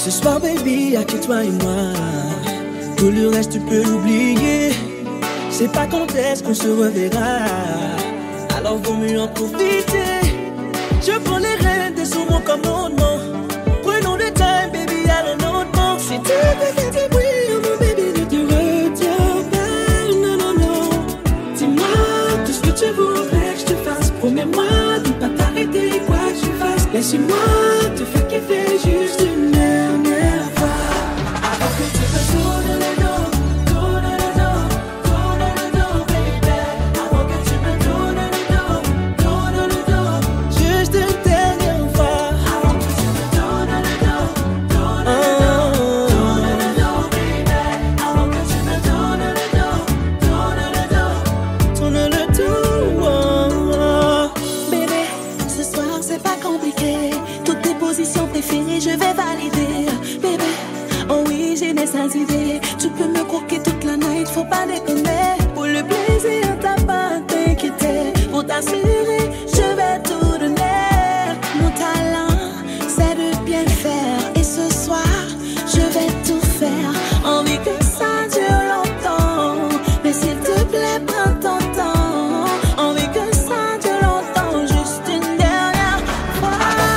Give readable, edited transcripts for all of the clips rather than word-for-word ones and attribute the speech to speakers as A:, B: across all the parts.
A: Ce soir, baby, y'a que toi et moi. Tout le reste, tu peux l'oublier. C'est pas quand est-ce qu'on se reverra. Alors vaut mieux en profiter. Je prends les rênes sous mon commandement. Prenons le time, baby, allons notre Si tu veux des bruits, mon baby, ne te retiens pas. Non, non, non. Dis-moi tout ce que tu voudrais que je te fasse. Promets-moi de ne pas t'arrêter, quoi que je fasse. Laisse-moi te faire kiffer juste une dernière fois. Avant que tu me tournes le dos, tourne le dos, tourne le dos, baby. Avant que tu me tournes le dos, tourne le dos, juste une dernière fois. Avant que tu me tournes le dos, tourne le dos, tourne le dos, baby. Avant que tu me tournes le dos, tourne le dos, tourne le dos. Oh, oh. Bébé, ce soir c'est pas compliqué. Toutes tes positions préférées, je vais valider. Bébé, oh oui, j'ai des sales idées. Tu peux me croquer toute la night, faut pas déconner. Pour le plaisir, t'as pas à t'inquiéter. Pour t'assurer, je vais tout donner. Mon talent, c'est de bien faire. Et ce soir, je vais tout faire. Envie que ça dure longtemps. Mais s'il te plaît, prends ton temps. Envie que ça dure longtemps. Juste une dernière fois.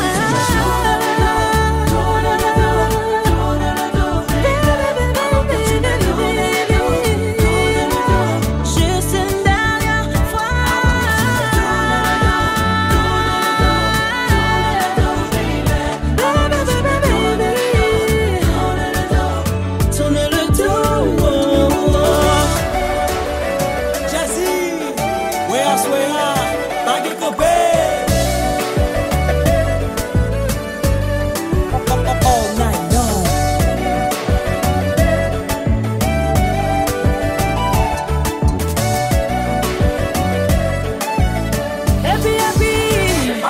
A: Juste une dernière fois. Tourne le dos. Jazzy, wea, Maggie Copé. All night long. Happy, happy.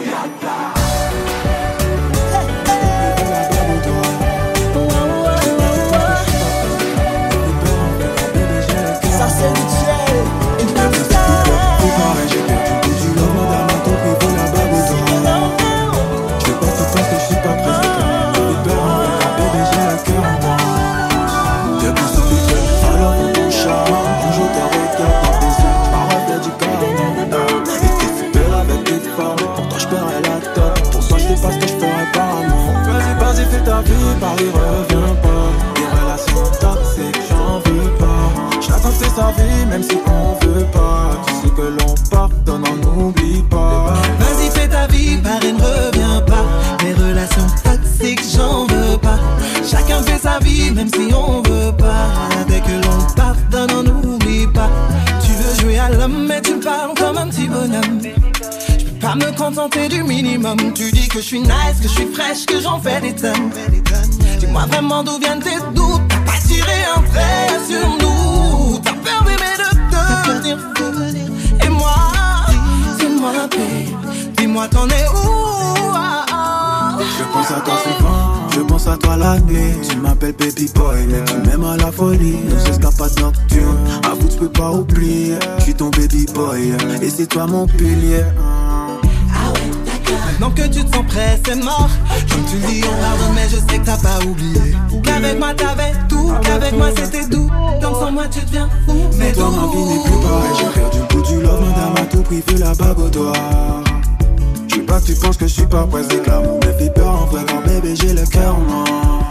A: Ça c'est du ciel. Une petite
B: Pareil, j'ai perdu le goût du love, madame, à ton prix pour la bague au doigt. Je fais pas tout parce que je suis pas pressé. J'ai peur, en fait, bébé, j'ai le cœur en moi. Depuis ce week-end, alors on ton charme. Un jour te regarde dans tes yeux, je m'arrête du calme. Et t'es si belle avec tes femmes, pour toi je paierai la table. Pour toi je fais pas ce que je ferais pas amour. Vas-y, fais ta vie, Paris revient pas. Des relations toxiques, j'en veux pas. J'attends que c'est sa vie, même si on veut pas. Tu sais que l'on pardonne, on n'oublie pas.
C: Vas-y, fais ta vie, Paris ne revient pas. Les relations toxiques, j'en veux pas. Chacun fait sa vie, même si on veut pas. Dès que l'on pardonne, on n'oublie pas. Tu veux jouer à l'homme, mais tu me parles comme un petit bonhomme. Je peux pas me contenter du minimum. Tu dis que je suis nice, que je suis fraîche, que j'en fais des tonnes. Dis-moi vraiment d'où viennent tes doutes. T'as pas tiré un trait sur nous. T'as peur, bébé, de devenir fou. Et moi, dis-moi, babe, dis-moi t'en es où?
B: Je pense à toi souvent, je pense à toi la nuit. Tu m'appelles baby boy, mais tu m'aimes à la folie. Nos escapades nocturnes, avoue tu peux pas oublier. Je suis ton baby boy, et c'est toi mon pilier.
C: Maintenant que tu te sens prêt, c'est mort. Comme tu dis, on pardonne, mais je sais que t'as pas oublié. Qu'avec moi t'avais tout, qu'avec moi c'était doux. Donc sans moi tu deviens fou. Mais
B: Toi ma vie n'est plus pareille, j'ai perdu le goût du love. Madame à tout prix, fais la bague au doigt. Je veux pas que tu penses que je suis pas pressé, que l'amour me fait peur. En vrai, quand bébé, j'ai le cœur en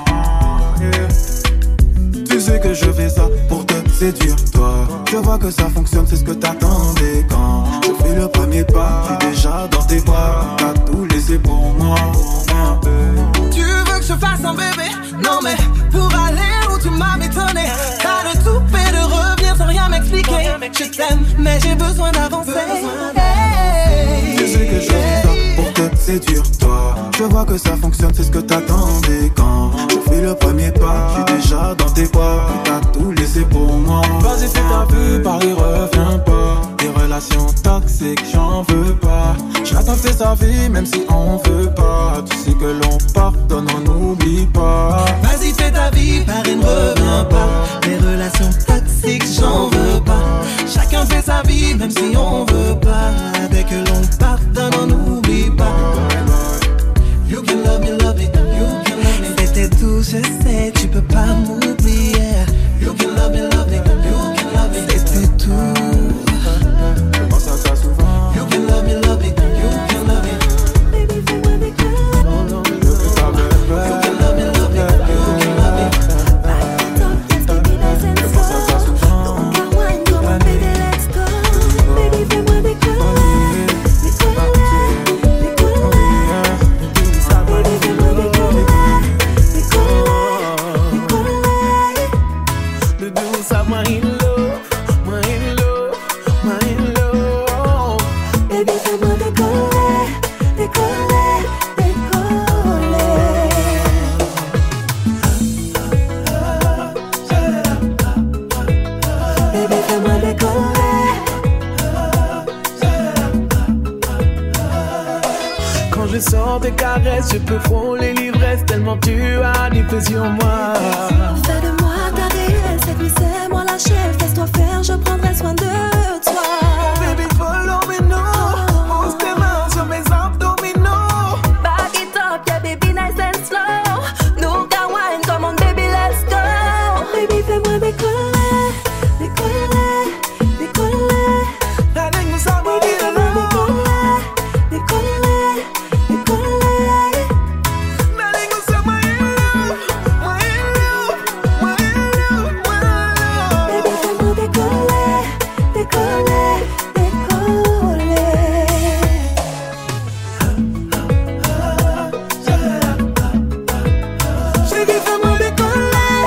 B: Tu sais que je fais ça pour te séduire, toi. Je vois que ça fonctionne, c'est ce que t'attendais quand je fais le premier pas. Je suis déjà dans tes bras, t'as tout laissé pour moi.
C: tu veux que je fasse un bébé? Non mais pour aller où tu m'as bétonné. T'as le toupet de revenir sans rien m'expliquer. Je t'aime mais j'ai besoin d'avancer.
B: Tu sais que je fais ça pour te séduire, toi. Je vois que ça fonctionne, c'est ce que t'attendais quand je fais le premier pas. Je suis déjà dans tes bras, t'as tout laissé pour moi. Vas-y, fais ta vie, Paris revient pas. Des relations toxiques, j'en veux pas. J'attends que c'est sa vie, même si on veut pas. Tu sais que l'on pardonne, on n'oublie pas.
C: Vas-y fais ta vie, Paris ne revient pas. Les relations toxiques, j'en veux pas. Chacun fait sa vie, même si on veut pas. Dès que l'on pardonne, on n'oublie pas. You can love me, you can love me. C'était tout to do so, my in love, my in love, my in love.
A: Baby, fais-moi décoller, décoller, décoller. Baby, fais-moi décoller.
C: Quand je sors tes caresses, je peux frôler l'ivresse tellement tu as des feux sur moi.
A: Fais de moi ta déesse, cette nuit c'est moi la chef. Laisse-toi faire, je prendrai soin de toi.
C: Baby, follow me now. Pose tes mains sur mes abdominaux.
A: Back it up, yeah baby, nice and slow. No can wine, come on baby, let's go. Baby, fais-moi décoller, décoller, décoller.
C: Darling, nous sommes au
A: Baby, fais-moi décoller, décoller, décoller.
C: Darling, nous sommes my in love, my in love, my in love, my in love.
A: Baby, fais-moi décoller, décoller, décoller.
C: Chérie, fais-moi décoller,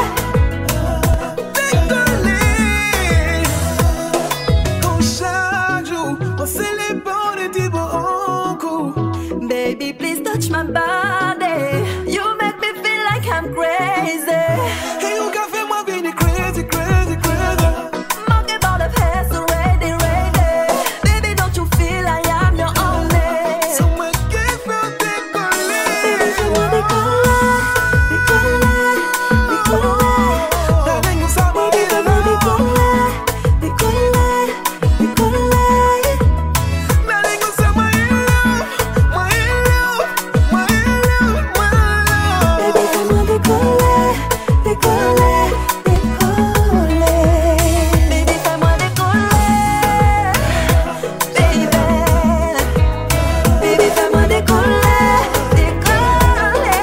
C: décoller. Quand chaque jour, on célèbre des petits beaux coups.
A: Baby, please touch my body. You make me feel like I'm crazy.
C: Hey, you can feel my baby crazy, crazy, crazy.
A: Monkey ball of hair, so ready, ready. Baby, don't you feel I am your only?
C: So much gift for décoller.
A: Baby, fais-moi décoller, décoller, décoller.
C: Darling, nous sommes au
A: Baby, fais-moi décoller, décoller, décoller.
C: Darling, nous sommes my in love, my in love, my in love, my in love.
A: Baby, fais-moi décoller, décoller, décoller. Baby, fais-moi décoller. Baby, baby, fais-moi décoller, décoller.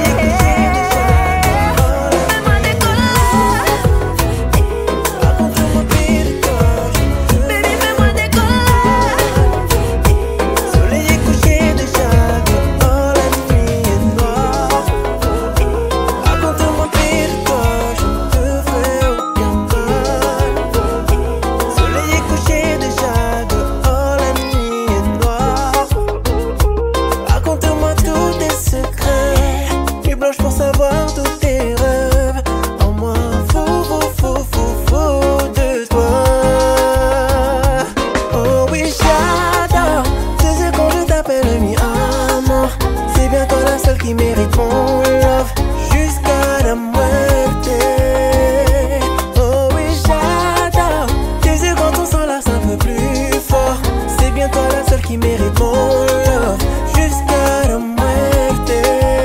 A: Fais-moi décoller. Baby, fais-moi décoller.
D: Soleil est couché déjà dehors, la nuit est noire. Raconte-moi pire de toi, je ne te fais aucun mal. Soleil est couché déjà dehors, la nuit est noire. Raconte-moi tous tes secrets, nuit blanche pour savoir tous tes rêves. En moi, fou, fou, fou, fou, fou de toi. Oh oui, j'adore tes yeux quand je t'appelle mi amor. C'est bien toi la seule qui mérite mon love jusqu'à la muerte. Oh oui, j'adore tes yeux quand on s'enlace un peu plus fort. C'est bien toi la seule qui mérite mon love jusqu'à la muerte.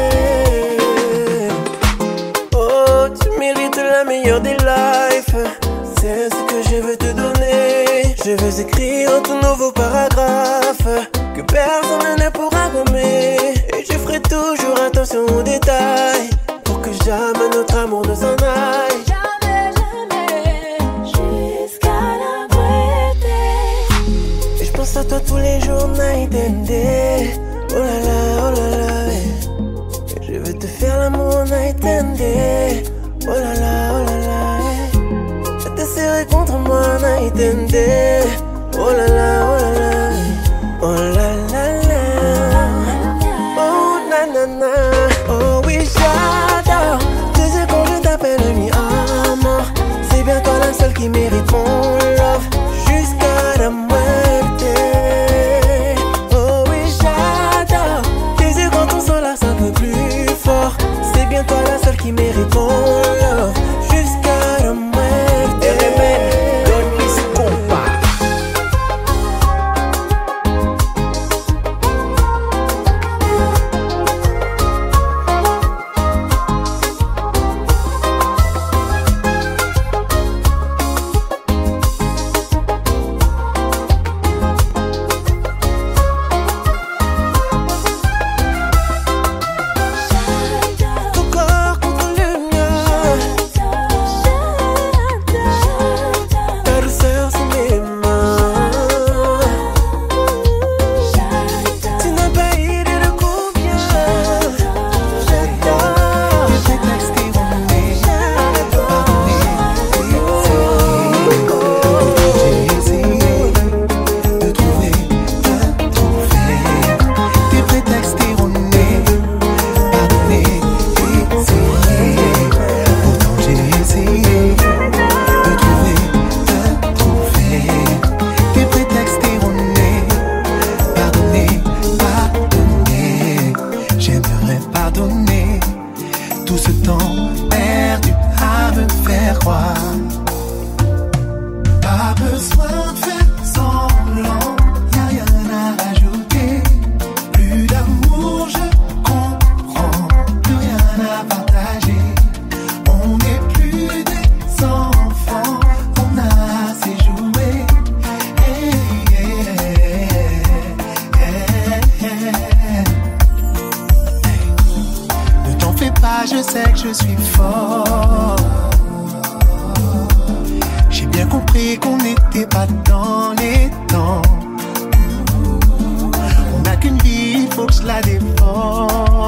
D: Oh, tu mérites la meilleure des lives. C'est ce que je veux te donner. Je veux écrire un tout nouveau paragraphe que personne ne pourra gommer. Et je ferai toujours attention aux détails pour que jamais notre amour ne s'en aille.
A: Jamais, jamais, jusqu'à la muerte.
D: Et je pense à toi tous les jours, night and day. Oh là là, oh là là. Et je veux te faire l'amour night and day. Oh là là, oh là là. Je te serrer contre moi night and day. Oh là là, oh là là. Oh la la la. Oh na na na. Oh oui, j'adore tes yeux quand je t'appelle mi amor. C'est bien toi la seule qui mérite mon love jusqu'à la muerte. Oh oui, j'adore tes yeux quand on s'enlace un peu plus fort. C'est bien toi la seule qui mérite mon love jusqu'à la muerte.
E: RMN, donne-lui ce compas.
C: fait qu'on n'était pas dans les temps. On n'a qu'une vie, il faut que je la défends.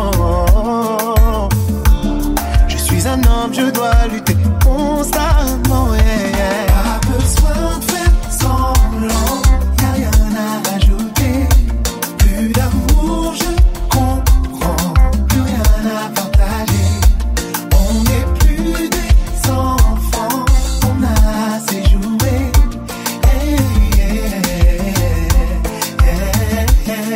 C: Je suis un homme, je dois lutter constamment. Yeah. Pas besoin de faire semblant, y'a rien à rajouter. Plus d'amour, je comprends, plus rien à partager. On n'est plus des enfants, on a assez joué. Hey, yeah, yeah,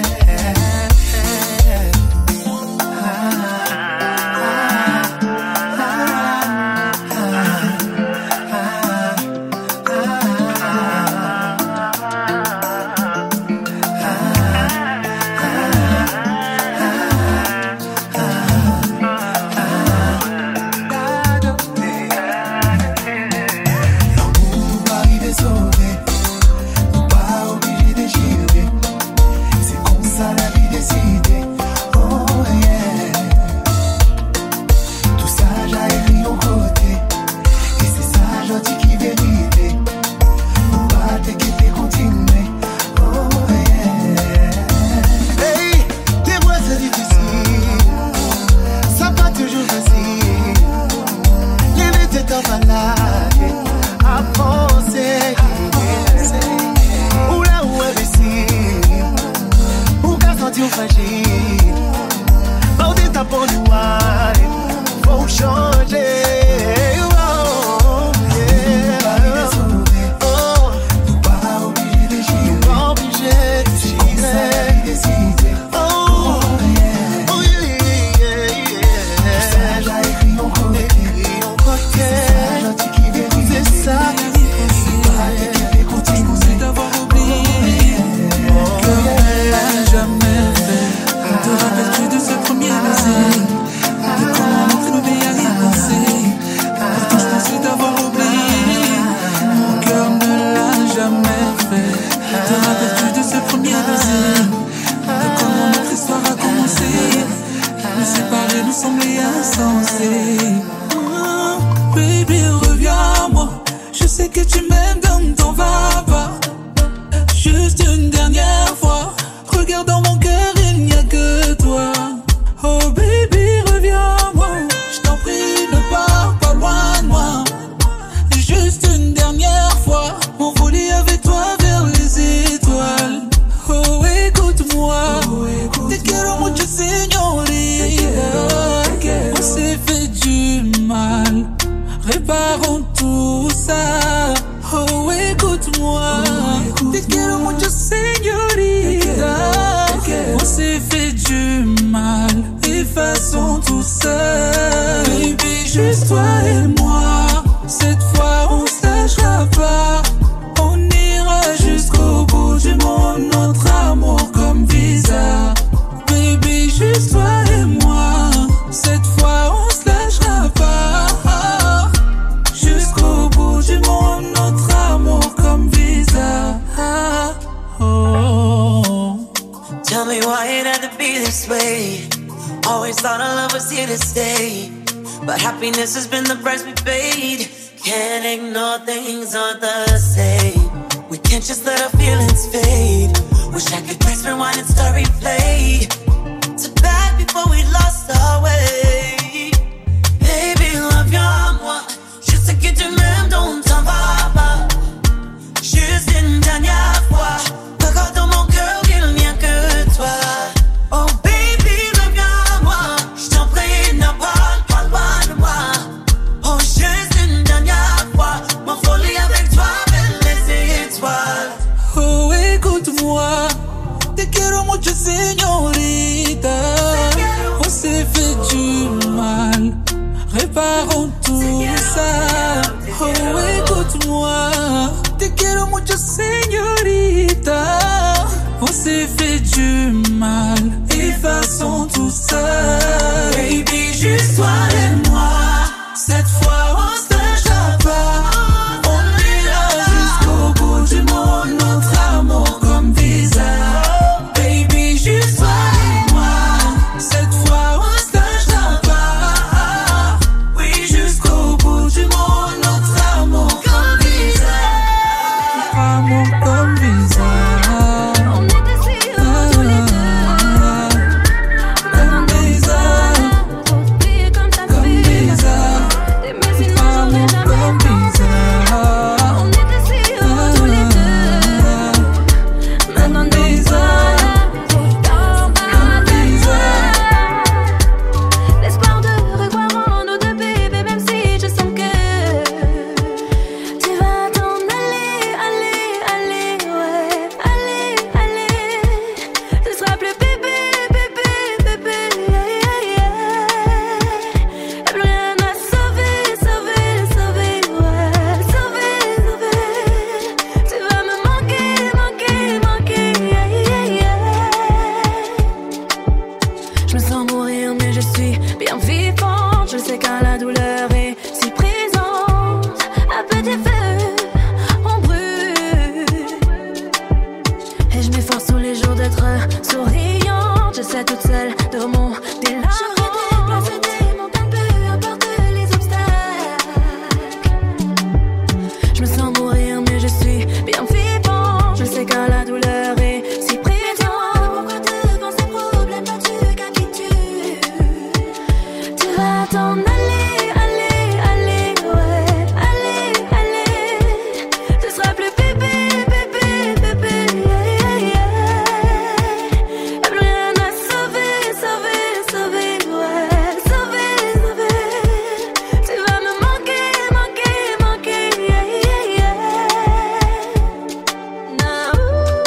E: Happiness has been the price we paid. Can't ignore things aren't the same. We can't just let our feelings fade. Wish I could press rewind and start replay. To back before we lost our way. Baby, reviens-moi. Je sais que tu m'aimes, donc t'en vas pas. Juste une dernière fois. Encore dans mon cœur, il n'y a que toi. Oh baby, reviens-moi. Je t'en prie, n'en parle pas loin de moi. Oh, juste une dernière fois. Mon folie avec toi, vers les étoiles.
F: Oh, écoute-moi. Te quiero mucho, señorita. On s'est fait du mal. Réparons tout ça. Oh, écoute-moi. Te quiero mucho, señorita. On s'est fait du mal. Effaçons tout ça. Baby, juste toi et moi. Cette fois, on se lâchera pas. On ira jusqu'au bout du monde. Notre amour comme visa. Baby, juste toi et moi. Cette fois, on se lâchera pas. Oui, jusqu'au bout du monde. Notre amour comme visa.
G: me sens mourir, mais je suis bien vivant. Je sais que la douleur est si présente. Pourquoi devant ces problèmes vas-tu qu'inquiétude? Tu vas t'en aller, aller, aller, ouais, aller, aller. Tu seras plus bébé, bébé, bébé, yeah, yeah, yeah. Y'a plus rien à sauver, sauver, sauver, ouais, sauver, sauver. Tu vas me manquer, manquer, manquer, yeah, yeah, yeah. Now,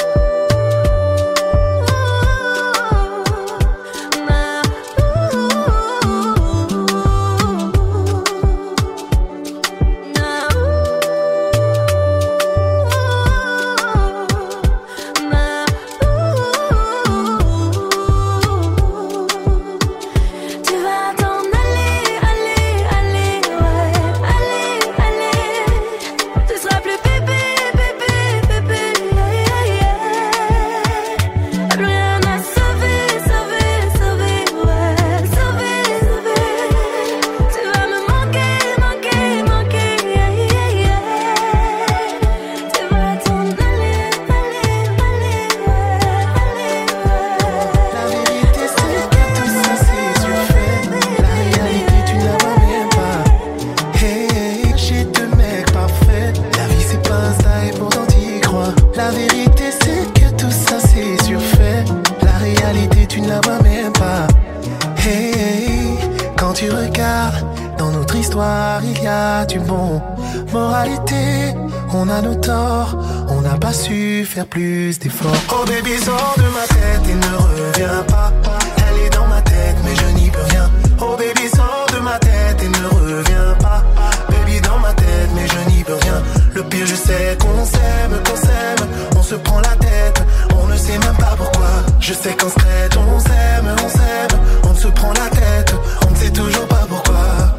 G: tu vas t'en aller, aller, aller, ouais, aller, aller. Tu seras plus bébé, bébé, bébé, yeah, yeah, yeah. Y'a plus rien à sauver, sauver, sauver, ouais, sauver, sauver. Tu vas me manquer, manquer, manquer, yeah, yeah, yeah. Tu vas t'en aller, aller, aller, ouais, aller, ouais.
C: La vérité c'est que tout ça c'est surfait. La réalité tu ne la vois même pas. Hey, j'ai deux mecs parfaits. La vie c'est pas un style et pourtant t'y crois. La vérité c'est que tout ça c'est surfait. La réalité tu ne la vois même pas. Hey, quand tu regardes dans notre histoire il y a du bon. Moralité, on a nos torts, on n'a pas su faire plus d'efforts. Oh baby sors de ma tête et ne reviens pas. Elle est dans ma tête mais je n'y peux rien. Oh baby sors de ma tête et ne reviens pas. Baby dans ma tête mais je n'y peux rien. Le pire je sais qu'on s'aime, on se prend la tête, on ne sait même pas pourquoi. Je sais qu'en secret on s'aime, on se prend la tête, on ne sait toujours pas pourquoi.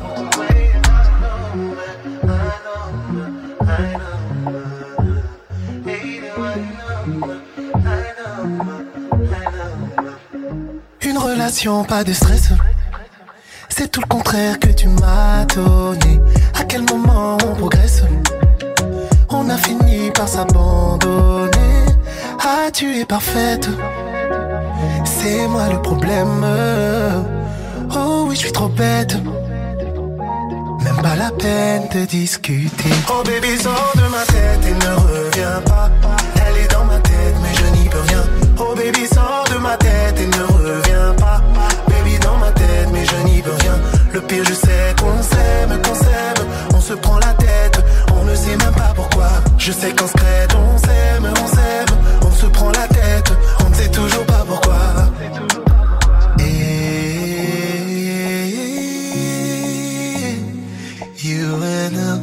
C: Une relation, pas de stress. C'est tout le contraire que tu m'as donné. À quel moment on progresse? On a fini par s'abandonner. Ah, tu es parfaite. C'est moi le problème. Oh oui, je suis trop bête. Même pas la peine de discuter. Oh baby, sors de ma tête et ne reviens pas. Elle est dans ma tête mais je n'y peux rien. Oh baby, sors de ma tête et ne reviens pas. Baby dans ma tête mais je n'y peux rien. Le pire je sais qu'on s'aime, on se prend la tête, on ne sait même pas pourquoi. Je sais qu'en secret on s'aime, on se prend la tête, on ne sait toujours pas pourquoi. You and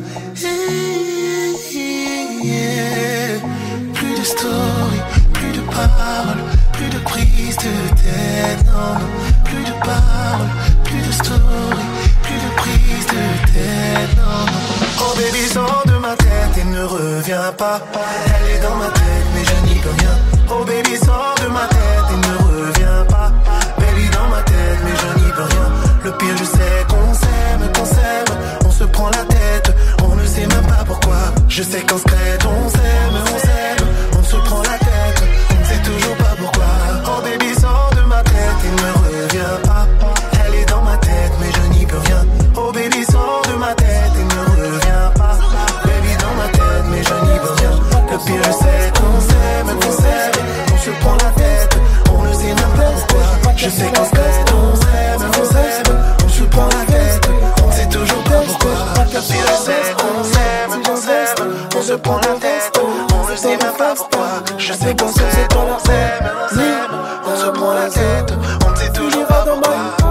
C: I, plus de story, plus de paroles, plus de prise de tête, non, non. Plus de paroles, plus de story, plus de prise de tête, non, non. Oh baby, sors de ma tête et ne reviens pas. Elle est dans ma tête mais je n'y peux rien. Oh baby, sors de ma tête et ne reviens pas. Baby dans ma tête mais je n'y peux rien. Le pire je sais qu'on s'aime, on se prend la tête, on ne sait même pas pourquoi. Je sais qu'en secret on s'aime, on se prend la tête, on ne sait toujours pas pourquoi. Oh baby sors de ma tête et ne reviens pas. Elle est dans ma tête mais je n'y peux rien. Oh baby sors de ma tête et ne reviens pas. Baby dans ma tête mais je n'y peux rien. Le pire je sais qu'on s'aime, on se prend la tête, on ne sait même pas pourquoi. Je sais qu'en secret on s'aime, on se prend la tête, on ne sait toujours pas pourquoi. Le pire je sais qu'on s'aime, on se prend la tête, on ne sait même pas pourquoi. Je sais qu'on s'aime, on se prend la tête, on ne sait toujours pas pourquoi.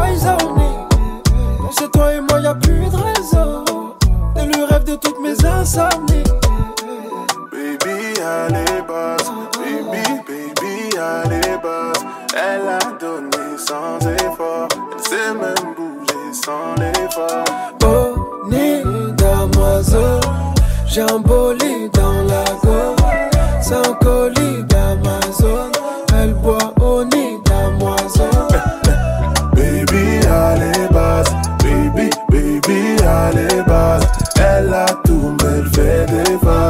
A: C'est toi et moi, y'a plus de raison. T'es le rêve de toutes mes insomnies.
B: Baby, allez, boss. Baby, allez, boss. Elle a donné sans effort. Elle sait même bouger sans l'effort.
A: Bonnie, damoiseau. J'ai un bolide dans la gorge. C'est un colis d'Amazon. Elle boit au nid damoiseau.
B: Baby, allez, boss. Baby, allez, boss. Elle a tout, mais elle fait des fois.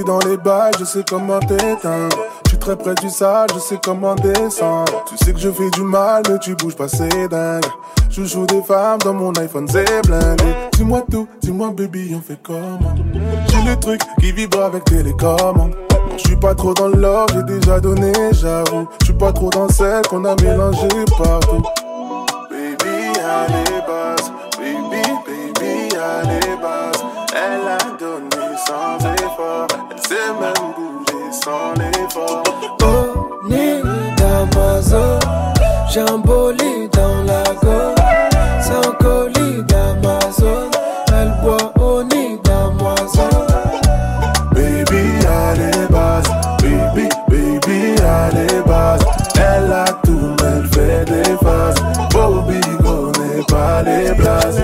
B: dans les bails, je sais comment t'éteindre. Je suis très près du sale, je sais comment descendre. Tu sais que je fais du mal, mais tu bouges pas, c'est dingue. Je joue des femmes dans mon iPhone, c'est blindé. Dis-moi tout, dis-moi baby, on fait comment? J'ai le truc qui vibre avec télécommande. Non, je suis pas trop dans l'or, j'ai déjà donné, j'avoue. Je suis pas trop dans celle qu'on a mélangé partout. Baby, à les bases, baby, à les bases. Elle a donné sans effort, elle sait même bouger sans l'effort.
D: Oh, ni d'Amazon, j'ai un bolide dans la gorge. Sans colis d'Amazon, elle boit au nid d'Amazon.
B: Baby, à les bases, baby, à les bases. Elle a tout, mais elle fait des phases. Bobby, connaît pas les blases.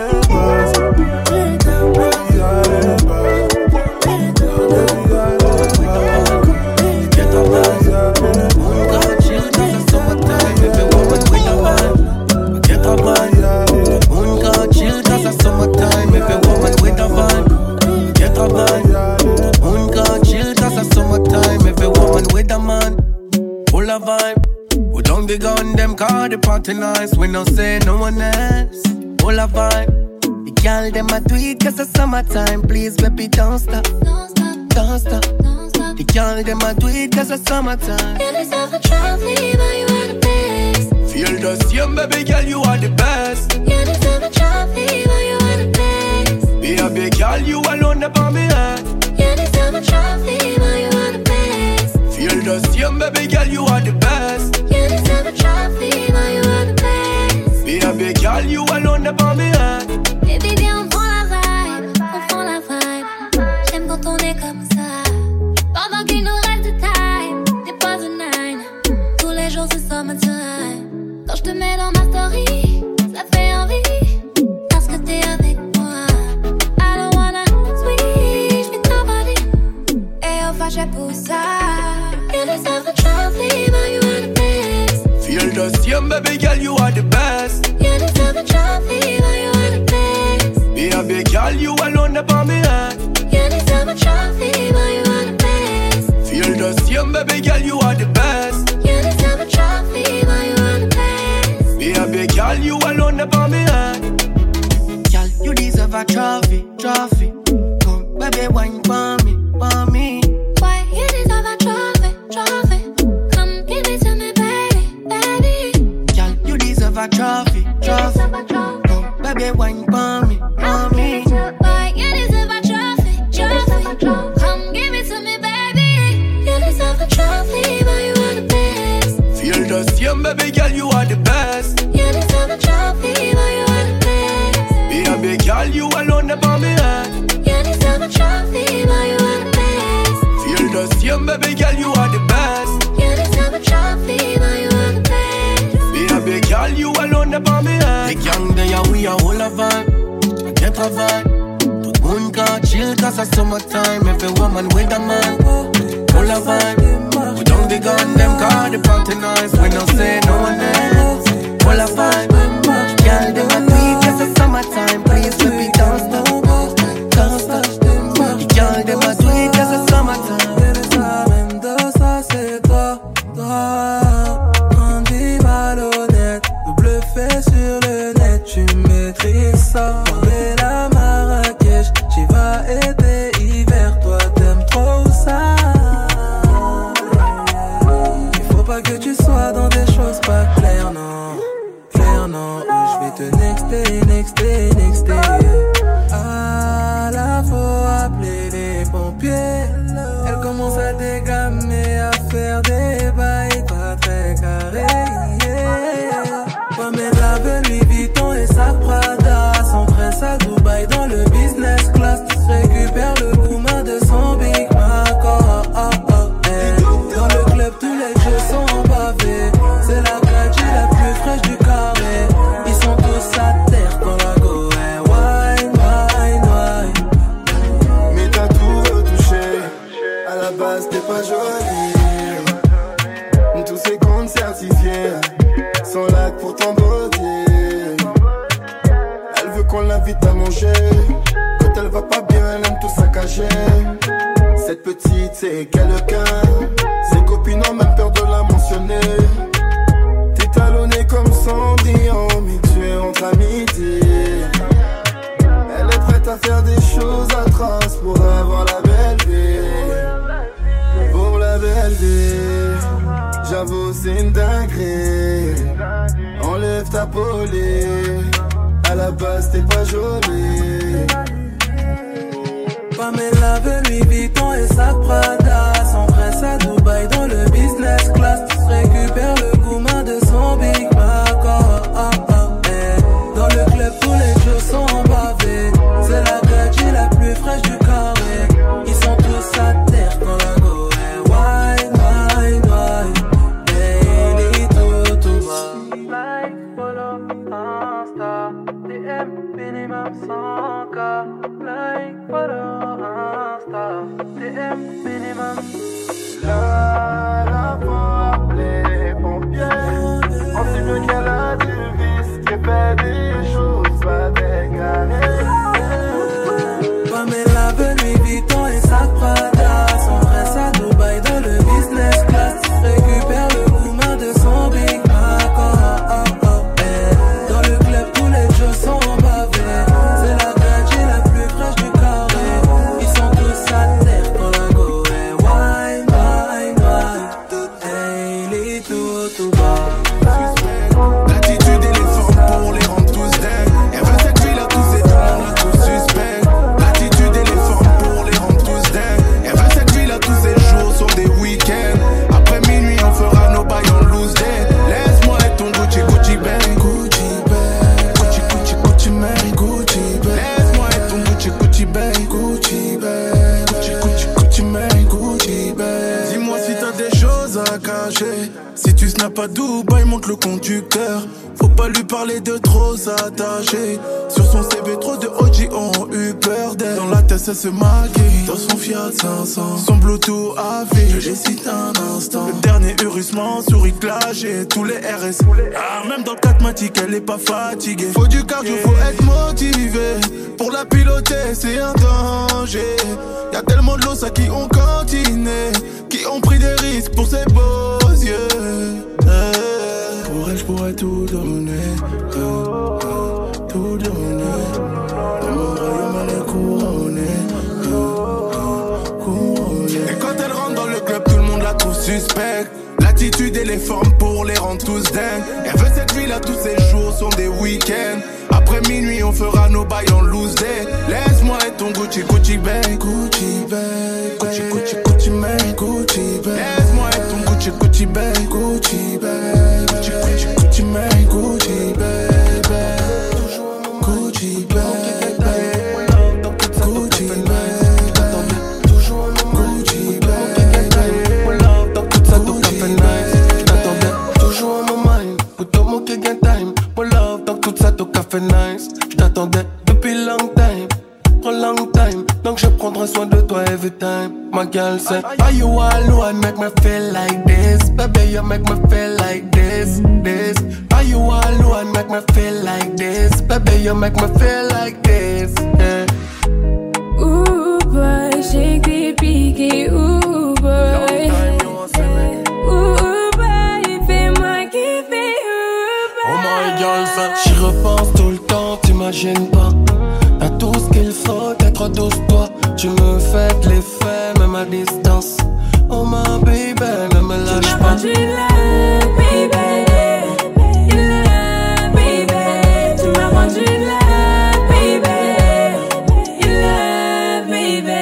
H: The gun, them call the party nice. We no say no one else. All a vibe. The girl, them a tweet cause it's summertime. Please, baby, don't stop. Don't stop. Don't stop. Don't stop. The girl, them a tweet cause it's summertime.
G: Get yourself a trophy, but you are the best.
H: Feel the same, baby girl, you are the best.
G: Get yourself a trophy, but you are the best.
H: Baby girl, you alone upon me head.
G: Get yourself a trophy, but you are the best.
H: Feel the same, baby girl, you are the best.
G: Get yourself a trophy, but you are the best.
H: Baby girl, you alone upon me head.
G: Baby, viens, on prend la vibe, on prend la vibe. J'aime quand on est comme ça. Pendant qu'il nous reste de time, t'es pas de nine. Tous les jours c'est summertime. Quand je te mets dans ma story, ça fait envie. Parce que t'es avec moi. I don't wanna switch with nobody. Et au fâche pour ça. Get yourself a trophy, but you are the best.
H: Feel the same, baby girl, you are the best.
G: Get yourself a trophy, but you are the best.
H: Baby girl, you alone upon me head.
G: Get yourself a trophy, but you are the best.
H: Feel the same, baby girl, you are the best.
G: Get yourself a trophy, but you are the best.
H: Baby girl, you alone upon me head. Girl, you deserve a trophy, trophy. Come, baby, wine for me, for me.
G: Why you deserve a trophy, trophy? Come give it to me, baby, baby.
H: Girl, you deserve a trophy, trophy. Come, baby, wine for me, for me.
G: Why you deserve a trophy, trophy? Come give it to me, baby. You deserve a trophy, but you are the best.
H: Feel the same, baby girl, you are the best.
G: You deserve a trophy, but you are the best.
H: Baby girl, you alone upon me head.
G: You deserve a trophy, but you are the best.
H: Feel the same, baby girl, you are the best.
G: You deserve a trophy, but you are the best.
H: Baby girl, you alone upon me head. The gang day, we are all a vibe. Get a vibe. Tout le monde can chill cause it's summertime. Every woman with a man. All a vibe. We don't dig on them cause the party nice. We don't say no one else. All a vibe. Girl, them a tweet cause it's summertime. Please, baby, don't stop. Don't stop. The girl, them a tweet cause it's summertime.
C: Teresa Mendoza, c'est toi, toi. Grande vie malhonnête, double fait sur le net, tu maîtrises ça. Mais la Marrakech, j'y vais été hiver, toi t'aimes trop ça. Il faut pas que tu sois dans des choses pas claires, non. Claires, non, ou je vais te nexter. Ah là, faut appeler les pompiers. Elle commence à dégamer, à faire des bails pas très carrés. Pamela veut Louis Vuitton et sa Prada. S'empresse à Dubaï dans le business class. Récupère le Puma de son Big Mac. Dans le club, tous les jeux sont pavés. C'est la gadget la plus fraîche du carré. Ils sont tous à terre quand la go est wine.
B: Mais t'as tout retouché. À la base, t'es pas jolie. Tous ces comptes certifiés sont là pour t'embaucher. Elle veut qu'on l'invite à manger. Quand elle va pas bien, elle aime tout saccager. Cette petite,
I: c'est quelqu'un. Ses copines ont même peur de la mentionner. T'es talonné comme Cendrillon, mais tu es entre amitié. Elle est prête à faire des choses atroces pour avoir la belle vie. Pour la belle vie. J'avoue c'est une dinguerie. Enlève ta polie. À la base t'es pas jolie.
C: Pamela veut Louis Vuitton et sac Prada. S'empresse à Dubaï dans le business class. Récupère le gourmand de son Big Mac. Dans le club tous les jours sont pavés. C'est la gadget la plus fraîche du carré. Ils sont tous à terre quand la go est wine, wine, wine. Daily tout bas. Like, follow, Insta, DM, minimum 100K. Like, follow, Insta, DM, minimum.
I: La faut appeler les pompiers. On sait mieux qu'elle a du vice, qui fait des choses pas décalées.
C: Pamela veut Louis Vuitton et sac Prada. S'empresse à Dubaï dans le business class. Récupère le gourmand de son Big Mac. Dans le club tous les jours sont pavés. C'est la gadget la plus fraîche du carré. Ils sont tous à terre quand la go est wine, wine, wine. Daily tout bas.
B: L'attitude et les formes pour les rendre tous dingues. Elle veut cette ville à tous et tout le monde la trouve suspect. L'attitude et les formes pour les rendre tous dingues. Elle veut cette ville à tous ces jours sont des week-ends. Après minuit on fera nos bails en loose day. Laisse-moi être ton Gucci Gucci bang. Gucci bang. Gucci Gucci Gucci bang. Gucci bang. Laisse-moi être ton Gucci Gucci bang. Gucci bang. Gucci Gucci Gucci bang. Gucci bang. Dis-moi si t'as des choses à cacher. Si tu snaps pas Dubaï, monte le conducteur. Faut pas lui parler de trop s'attacher. Sur son CV, trop de OG ont eu peur d'elle. Dans la tête, elle se maquille. Dans son Fiat 500, son Bluetooth à vie. Je les cite un instant. Le dernier Urusman, souris clashé. Tous les RS. Même dans le 4matic, elle est pas fatiguée. Faut du cardio, faut être motivé. Pour la piloter, c'est un danger. Y'a tellement de lots à qui ont cantiné, qui ont pris des risques pour ses beaux yeux. Pour elle, j'pourrais tout donner, tout donner. Dans mon royaume, elle est couronnée, couronnée. Et quand elle rentre dans le club, tout le monde la trouve suspecte. L'attitude et les formes pour les rendre tous dingues. Elle veut cette ville à tous ces jours sont des week-ends. Après minuit, on fera nos bails en loose day. Laisse-moi être ton Gucci Gucci bang. Gucci bang. Gucci Gucci Gucci bang. Gucci bang. Laisse-moi être ton Gucci Gucci bang. Gucci bang. Gucci Gucci Gucci bang. Gucci bang. Gucci bang. Gucci bang. Toujours un moment. Gucci bang. Dans toute ça, tout café nice. J't'attendais toujours un moment. Pour tout mon qui gain time. Mon love, dans tout ça, tout café nice. J't'attendais depuis long time. Long time, donc je prendrai soin de toi every time. My girl said, are you alone? Make me feel like this. Baby, you make me feel like this. Are you alone? Make me feel like this. Baby, you make me feel like this. Yeah.
G: Ooh boy, j'ai des piquets. Ooh boy. Ooh boy, fais-moi kiffer. Ooh boy.
B: Oh my girl said, j'y repense tout le temps, t'imagines pas. T'as tout ce qu'il faut, être douce toi. Tu me fais de l'effet, même à distance. Oh my baby, ne me lâche pas.
G: Tu m'as rendu là, baby. Là, baby. Tu m'as rendu là, baby. Là, baby.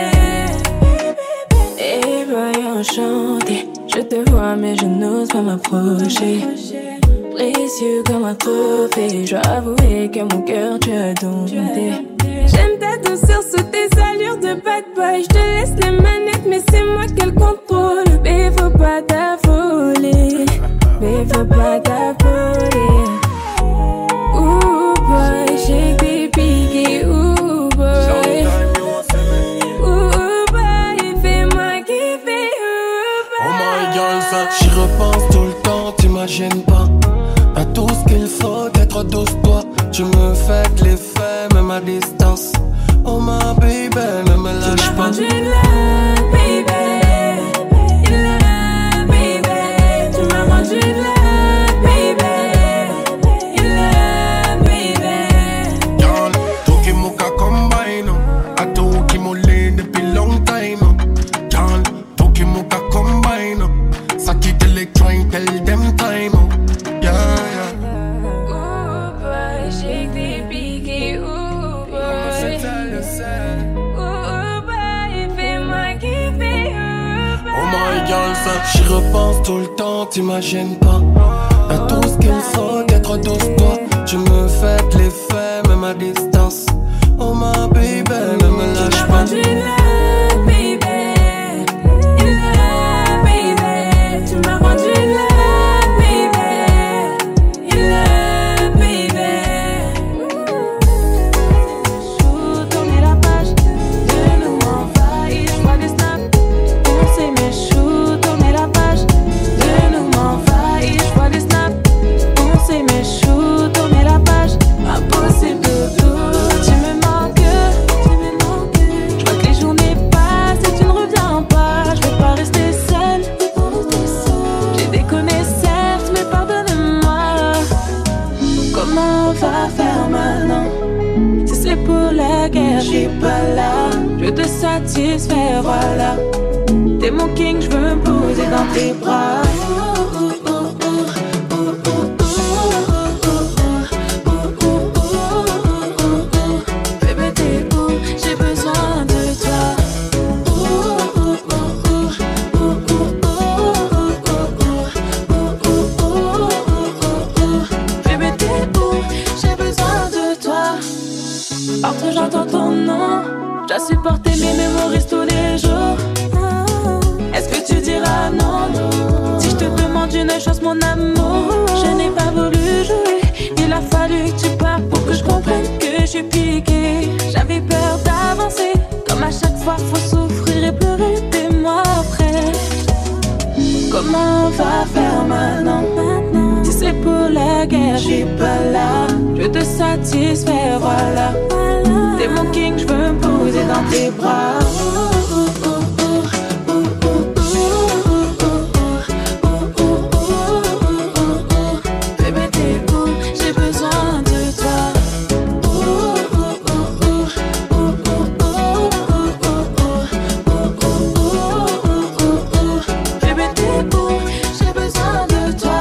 G: Et boy, enchanté. Je te vois, mais je n'ose pas m'approcher. Précieux comme un trophée. Je dois avouer que mon cœur tu as dompté. J'aime ta douceur sous tes allures de bad boy. Je te laisse les manettes, mais c'est moi qui le contrôle. Mais faut pas t'affoler. Mais faut pas t'affoler. Ooh boy, j'ai des piquets. Ooh boy. Ooh boy, fais-moi kiffer. Ooh boy.
B: Oh my girl, j'y repense tout le temps, t'imagines pas. T'as tout ce qu'il faut, être douce toi. Tu me fais de l'effet, même à distance. Oh my baby, ne me lâche pas.
G: Tu m'as rendu là, baby.
H: Oh my girl, j'y repense tout le temps, t'imagines pas. À tout ce qu'il faut d'être douce, toi. Tu me fais de l'effet, même à distance. Oh my baby, ne me lâche pas.
G: J'suis pas là, je veux te satisfaire, voilà. T'es mon king, j'veux me poser dans tes bras. Bébé t'es où, j'ai besoin de toi. Bébé t'es où, j'ai besoin de toi. Partout j'entends ton nom, je supporte mes mémories tous les jours. Est-ce que tu diras non? Si je te demande une chose mon amour, je n'ai pas voulu jouer. Il a fallu que tu partes pour que je comprenne que je suis piquée. J'avais peur d'avancer, comme à chaque fois faut souffrir et pleurer des mois après. Comment on va faire maintenant? Si c'est pour la guerre, je suis pas là. Je veux te satisfaire, voilà. T'es mon king, je veux me poser dans tes bras. Bébé t'es où, j'ai besoin de toi. Bébé t'es où, j'ai besoin de toi.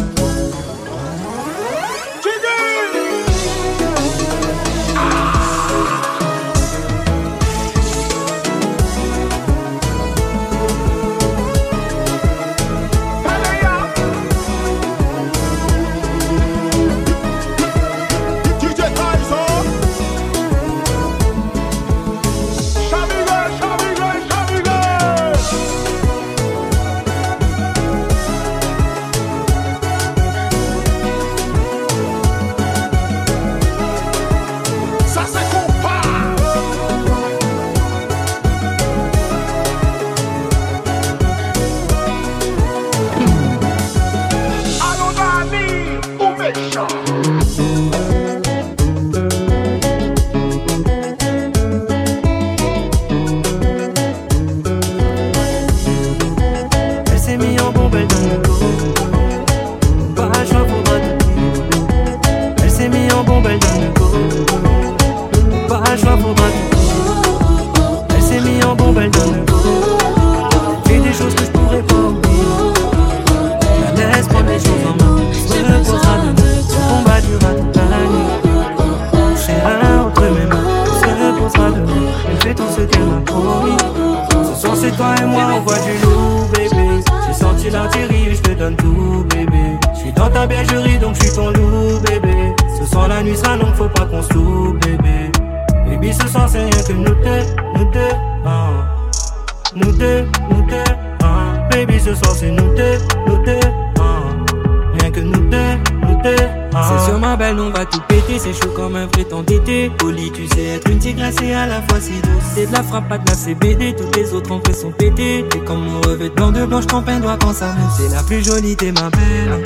A: Pas de la CBD, toutes les autres entrées sont pétées. T'es comme mon revêtement de blanche quand peine doit quand ça monte. C'est la plus jolie, t'es ma belle.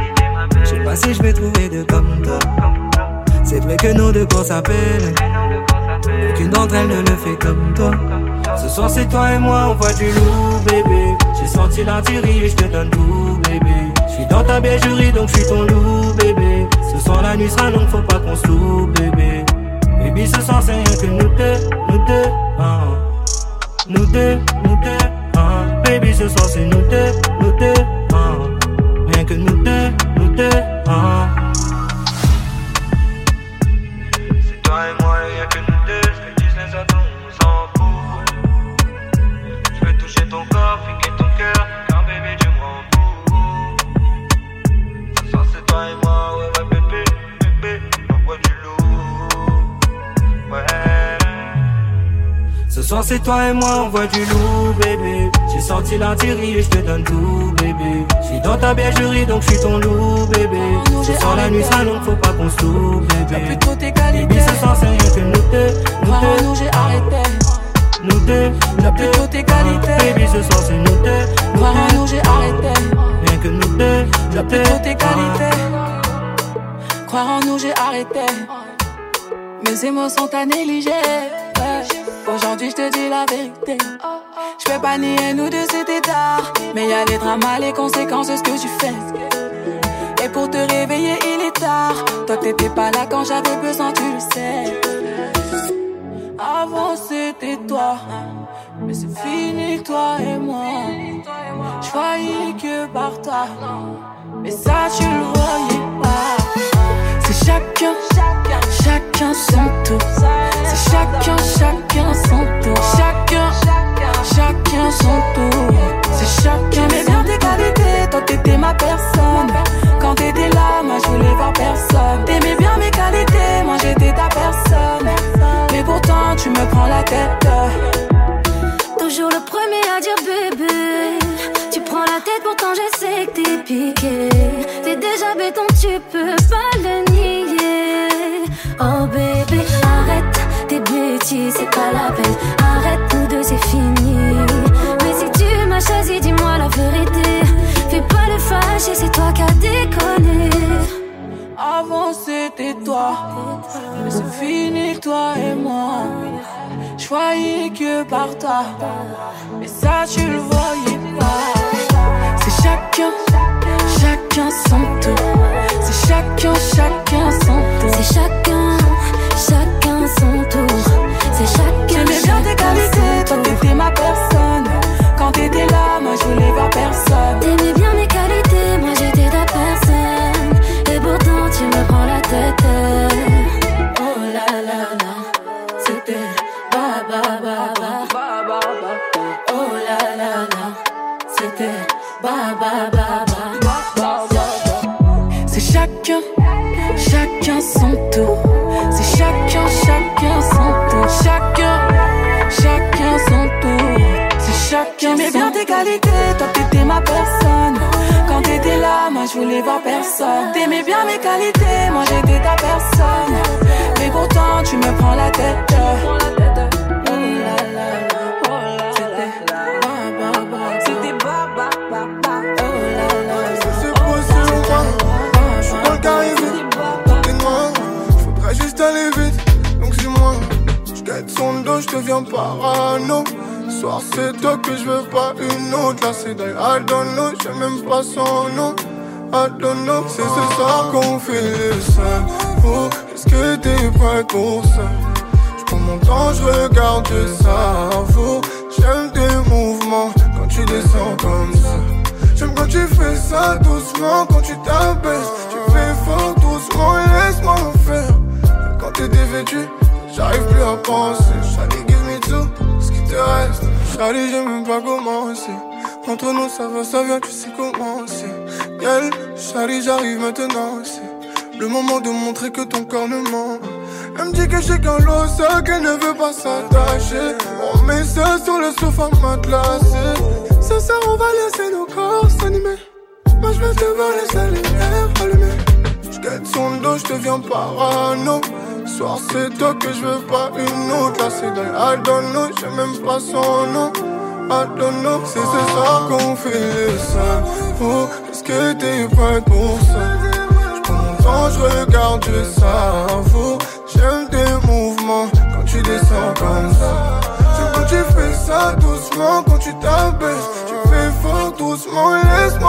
A: Je sais pas si je vais trouver de comme toi. C'est vrai que nos deux corps s'appellent. Aucune d'entre elles ne le fait comme toi. Ce soir c'est toi et moi, on voit du loup, bébé. J'ai senti l'artillerie et je te donne tout, bébé. Je suis dans ta bergerie donc je suis ton loup, bébé. Ce soir la nuit sera longue, faut pas qu'on se loupe, bébé. Baby, ce soir c'est rien que nous deux, nous deux, baby, ce soir c'est nous deux, rien que nous deux, C'est toi et moi, rien que nous deux, je te dis les autres. Ce soir c'est toi et moi, on voit du loup, bébé. J'ai sorti l'artillerie et je te donne tout, bébé. J'suis dans ta bergerie donc j'suis ton loup, bébé. Ce soir la nuit sera longue, faut pas qu'on se loupe, bébé.
F: T'as plus trop tes qualités.
A: Baby, ce soir c'est rien que nous deux.
F: Nous j'ai arrêté.
A: Nous deux,
F: t'as plus trop tes qualités.
A: Baby, ce soir c'est nous deux.
F: Nous j'ai arrêté.
A: Rien que nous deux.
F: T'as plus trop tes qualités. Croire en nous j'ai arrêté. Mes émotions t'as négligé. Aujourd'hui je te dis la vérité. Je peux pas nier nous deux c'était tard. Mais y'a les dramas, les conséquences de ce que tu fais. Et pour te réveiller il est tard. Toi t'étais pas là quand j'avais besoin, tu le sais. Avant c'était toi, mais c'est fini toi et moi. Je croyais que par toi, mais ça tu le voyais pas. C'est chacun son tour. C'est chacun son tour. Chacun son tour. C'est chacun. Mais bien tes qualités, toi t'étais ma personne. Quand t'étais là, moi je voulais voir personne. T'aimais bien mes qualités, moi j'étais ta personne. Mais pourtant tu me prends la tête.
G: Toujours le premier à dire bébé. Tu prends la tête, pourtant je sais que t'es piqué. T'es déjà béton, tu peux pas le nier. Oh bébé, arrête tes bêtises, c'est pas la peine. Arrête, nous deux c'est fini. Mais si tu m'as choisi, dis-moi la vérité. Fais pas le fâché, c'est toi qui as déconné.
F: Avant c'était toi, mais c'est fini toi et moi. Je croyais que par toi, mais ça tu le voyais pas. C'est chacun son tour. C'est chacun son tour.
G: C'est chacun son tour. C'est chacun.
F: J'aimais bien tes qualités, toi t'étais ma personne. Quand t'étais là, moi je voulais voir personne.
G: T'aimais bien mes qualités, moi j'étais ta personne. Et pourtant tu me prends la tête. Oh la la la, c'était ba ba ba ba. Oh la la la, c'était ba ba ba ba.
F: C'est chacun son tour. C'est chacun son tour. Chacun son tour. C'est chacun. J'aimais bien tes qualités, toi t'étais ma personne. Quand t'étais là, moi je voulais voir personne. T'aimais bien mes qualités, moi j'étais ta personne. Mais pourtant tu me prends la tête. Oh la la la, c'était ba ba ba ba. Oh la la,
I: c'est possible ou pas? Je suis dans le carré vide, tout est noir. J'voudrais juste aller vite, donc c'est moi. J'guette son dos, j'deviens parano. Ce soir c'est toi que j'veux pas une autre. Là c'est d'ailleurs I don't know, j'sais même pas son nom. I don't know, c'est ce soir qu'on fait les seuls. Oh, est-ce que t'es prête pour ça? J'prends mon temps, j'regarde, je savoure. J'aime tes mouvements quand tu descends comme ça. J'aime quand tu fais ça doucement, quand tu t'abaisses. Tu fais fort doucement, laisse-moi faire. Et quand t'es dévêtu, j'arrive plus à penser. Charlie, give me tout, ce qui te reste. Charlie, j'ai même pas commencé. Entre nous, ça va, ça vient, tu sais comment c'est. Girl, Charlie, j'arrive maintenant, c'est le moment de montrer que ton corps ne ment. Elle me dit que j'ai qu'un l'os, qu'elle ne veut pas s'attacher. On met ça sur le sofa matelassé. Ce soir on va laisser nos corps s'animer. Moi je vais te voir laisser les lumières allumées. J'guette son dos, j'deviens parano. Ce soir c'est toi que je veux pas une autre. Là c'est dans I don't know, j'sais même pas son nom. I don't know, c'est ce soir qu'on fait les seuls. Oh, est-ce que t'es prête pour ça? J'prends mon temps, j'regarde, je savoure. J'aime tes mouvements quand tu descends comme ça. J'aime quand tu fais ça doucement, quand tu t'abaisses. Tu fais fort doucement, laisse-moi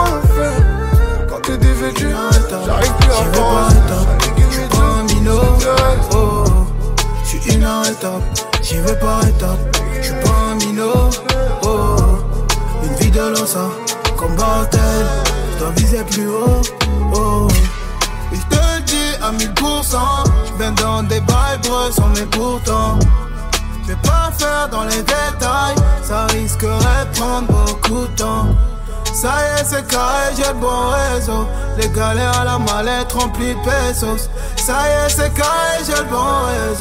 I: faire. Quand t'es dévêtu, j'arrive plus à penser.
C: J'suis pas un minot, oh. J'suis inarrêtable, j'y vais par étapes. J'suis pas un minot, oh. Une vie de l'ossa, comme Bartel. J'dois viser plus haut, oh. Il te dit à 1000%. J'viens dans des vibes sans mais pourtant je vais pas faire dans les détails. Ça risquerait de prendre beaucoup de temps. Ça y est c'est carré, j'ai le bon réseau. Les galères à la mallette remplie de pesos. Ça y est c'est carré, j'ai le bon réseau.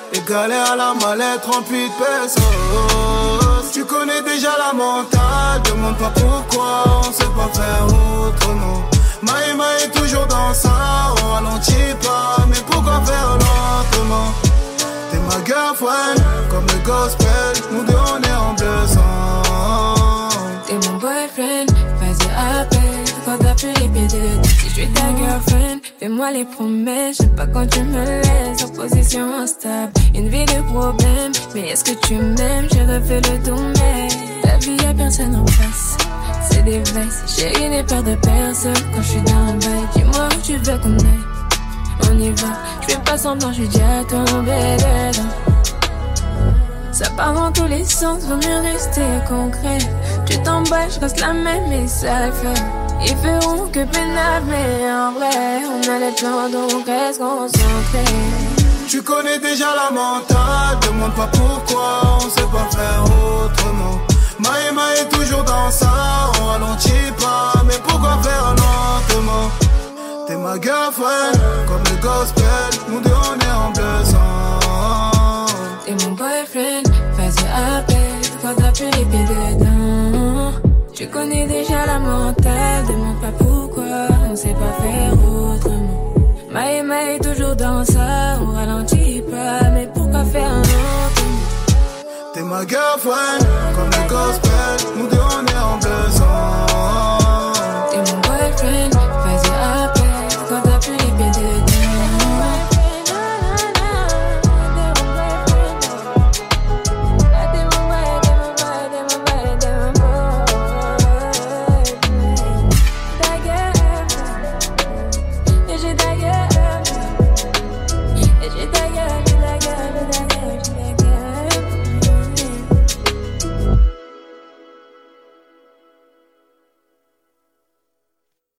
I: Égalé à la mallette remplie de pesos. Tu connais déjà la mentale, demande pas pourquoi on sait pas faire autrement. Maïma est toujours dans ça, on ralentit pas, mais pourquoi faire lentement? T'es ma girlfriend, comme le gospel, nous deux on est en bleu sang.
G: T'es mon boyfriend, vas-y appelle, quand t'as plus les pieds dedans. Si je suis ta girlfriend, fais-moi les promesses, j'aime pas quand tu me laisses en position instable. Une vie de problème, mais est-ce que tu m'aimes? J'ai refait le tourner. Ta vie y'a personne en face, c'est des vices. Chérie, n'ai peur de personne quand je suis dans le bail. Dis-moi où tu veux qu'on aille, on y va. Je fais pas semblant, je suis déjà tombé dedans. Ça part dans tous les sens, vaut mieux rester concret. Tu t'emballes, je reste la même et ça le fait. Ils feront que pénal, mais en vrai, on a les plans donc reste concentré.
I: Tu connais déjà la mentale, demande pas pourquoi on sait pas faire autrement. Maïma est toujours dans ça, on ralentit pas, mais pourquoi faire lentement? T'es ma girlfriend, comme le gospel, nous deux on est en bleu sang.
G: T'es mon boyfriend, vas-y appelle, quand t'as plus les pieds dedans. Tu connais déjà la mentale, demande pas pourquoi on sait pas faire autrement. Maïma est toujours dans ça, on ralentit pas, mais pourquoi faire lentement?
I: T'es ma girlfriend, comme le gospel, nous deux